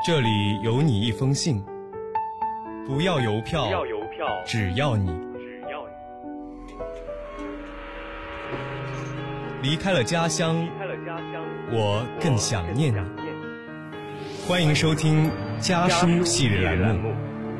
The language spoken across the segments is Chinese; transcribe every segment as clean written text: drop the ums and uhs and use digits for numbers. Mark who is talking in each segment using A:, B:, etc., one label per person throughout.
A: 这里有你一封信，不要邮票，只要你。离开了家乡，我更想念你。欢迎收听家书系列栏目。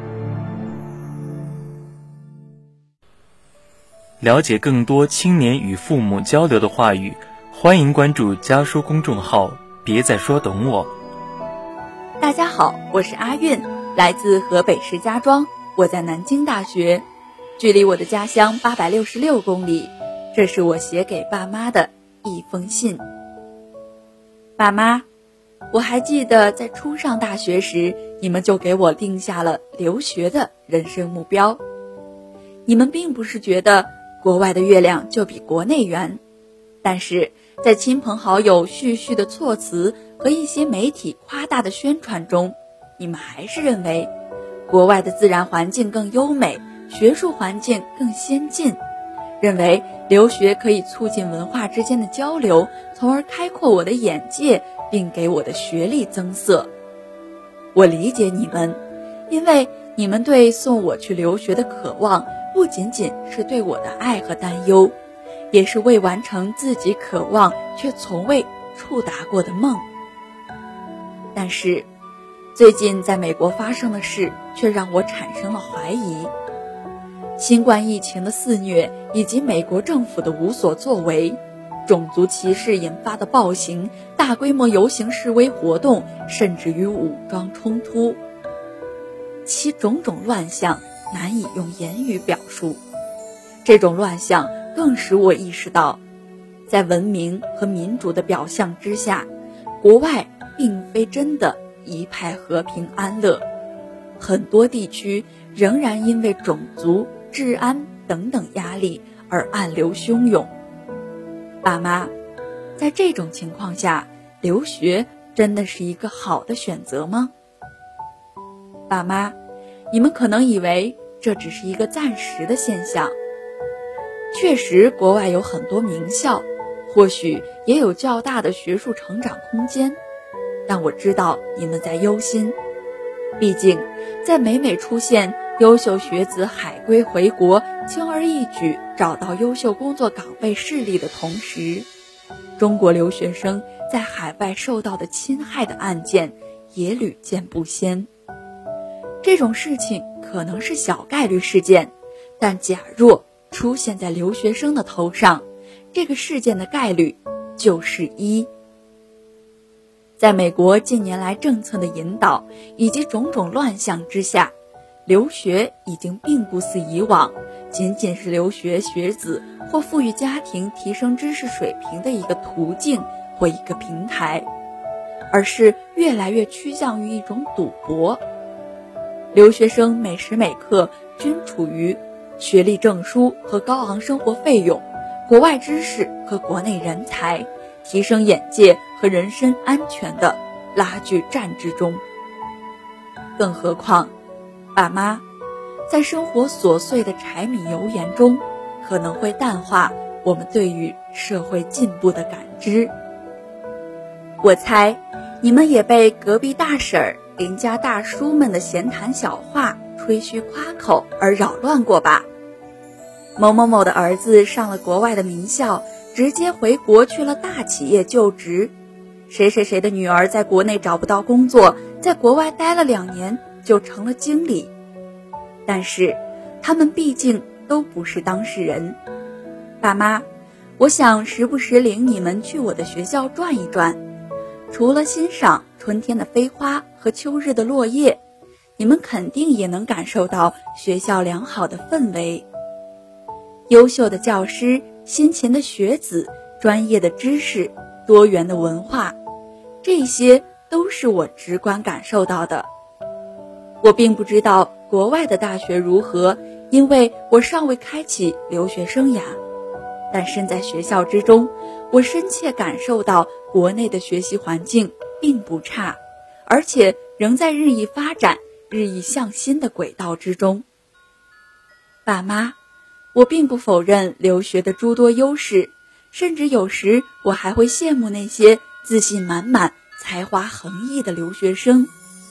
B: 了解更多青年与父母交流的话语，欢迎关注家书公众号，别再说懂我。
C: 大家好，我是阿韵，来自河北石家庄，我在南京大学，距离我的家乡866公里，这是我写给爸妈的一封信。爸妈，我还记得在初上大学时，你们就给我定下了留学的人生目标。你们并不是觉得国外的月亮就比国内圆，但是在亲朋好友絮絮的措辞和一些媒体夸大的宣传中，你们还是认为国外的自然环境更优美，学术环境更先进，认为留学可以促进文化之间的交流，从而开阔我的眼界，并给我的学历增色。我理解你们，因为你们对送我去留学的渴望不仅仅是对我的爱和担忧，也是未完成自己渴望却从未触达过的梦。但是最近在美国发生的事却让我产生了怀疑。新冠疫情的肆虐以及美国政府的无所作为，种族歧视引发的暴行，大规模游行示威活动，甚至于武装冲突，其种种乱象难以用言语表述。这种乱象更使我意识到，在文明和民主的表象之下，国外并非真的一派和平安乐，很多地区仍然因为种族、治安等等压力而暗流汹涌。爸妈，在这种情况下，留学真的是一个好的选择吗？爸妈，你们可能以为这只是一个暂时的现象。确实，国外有很多名校，或许也有较大的学术成长空间，但我知道你们在忧心。毕竟，在每每出现优秀学子海归回国，轻而易举找到优秀工作岗位势力的同时，中国留学生在海外受到的侵害的案件也屡见不鲜。这种事情可能是小概率事件，但假若出现在留学生的头上，这个事件的概率就是1。在美国近年来政策的引导以及种种乱象之下，留学已经并不似以往仅仅是留学学子或富裕家庭提升知识水平的一个途径或一个平台，而是越来越趋向于一种赌博。留学生每时每刻均处于学历证书和高昂生活费用、国外知识和国内人才、提升眼界和人身安全的拉锯战之中。更何况，爸妈，在生活琐碎的柴米油盐中，可能会淡化我们对于社会进步的感知。我猜，你们也被隔壁大婶儿、邻家大叔们的闲谈小话、吹嘘夸口而扰乱过吧？某某某的儿子上了国外的名校，直接回国去了大企业就职。谁谁谁的女儿在国内找不到工作，在国外待了2年就成了经理。但是他们毕竟都不是当事人。爸妈，我想时不时领你们去我的学校转一转，除了欣赏春天的飞花和秋日的落叶，你们肯定也能感受到学校良好的氛围。优秀的教师、辛勤的学子、专业的知识、多元的文化，这些都是我直观感受到的。我并不知道国外的大学如何，因为我尚未开启留学生涯，但身在学校之中，我深切感受到国内的学习环境并不差，而且仍在日益发展、日益向新的轨道之中。爸妈，我并不否认留学的诸多优势，甚至有时我还会羡慕那些自信满满、才华横溢的留学生。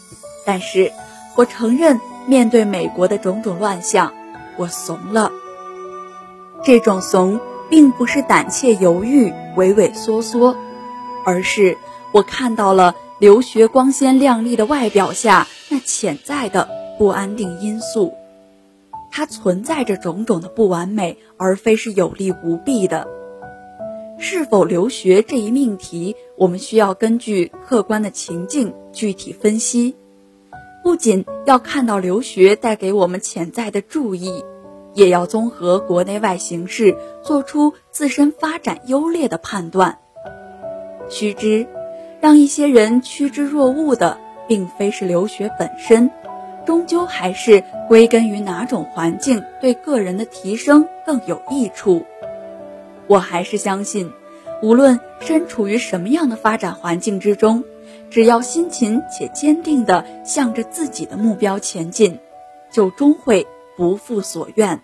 C: 但是我承认，面对美国的种种乱象，我怂了。这种怂并不是胆怯犹豫、畏畏缩缩，而是我看到了留学光鲜亮丽的外表下那潜在的不安定因素。它存在着种种的不完美，而非是有利无弊的。是否留学这一命题，我们需要根据客观的情境具体分析，不仅要看到留学带给我们潜在的注意，也要综合国内外形势，做出自身发展优劣的判断。须知，让一些人趋之若鹜的，并非是留学本身，终究还是归根于哪种环境对个人的提升更有益处。我还是相信，无论身处于什么样的发展环境之中，只要辛勤且坚定地向着自己的目标前进，就终会不负所愿。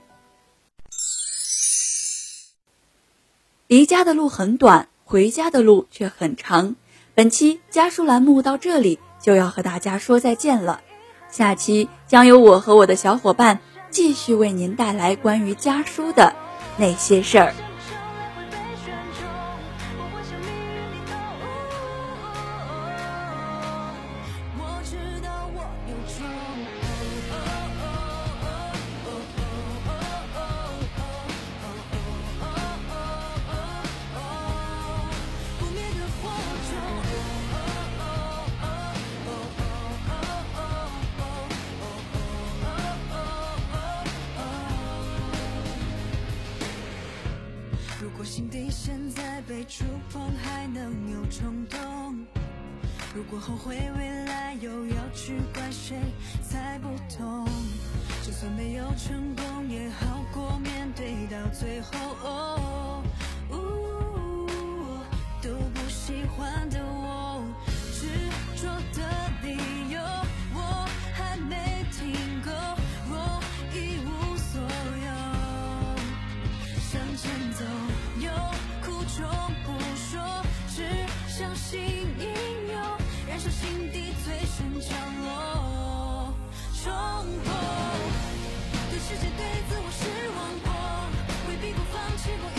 C: 离家的路很短，回家的路却很长。本期家书栏目到这里就要和大家说再见了，下期将由我和我的小伙伴继续为您带来关于家书的那些事儿。
D: 如果心底现在被触碰，还能有冲动，如果后悔未来又要去怪谁才不同，就算没有成功也好过面对到最后。都不喜欢的我，执着的理由我还没听够，我一无所有，向前走有苦衷不说，只相信应有，燃烧心底最深角落，冲破，对世界对自我失望过，回避过放弃过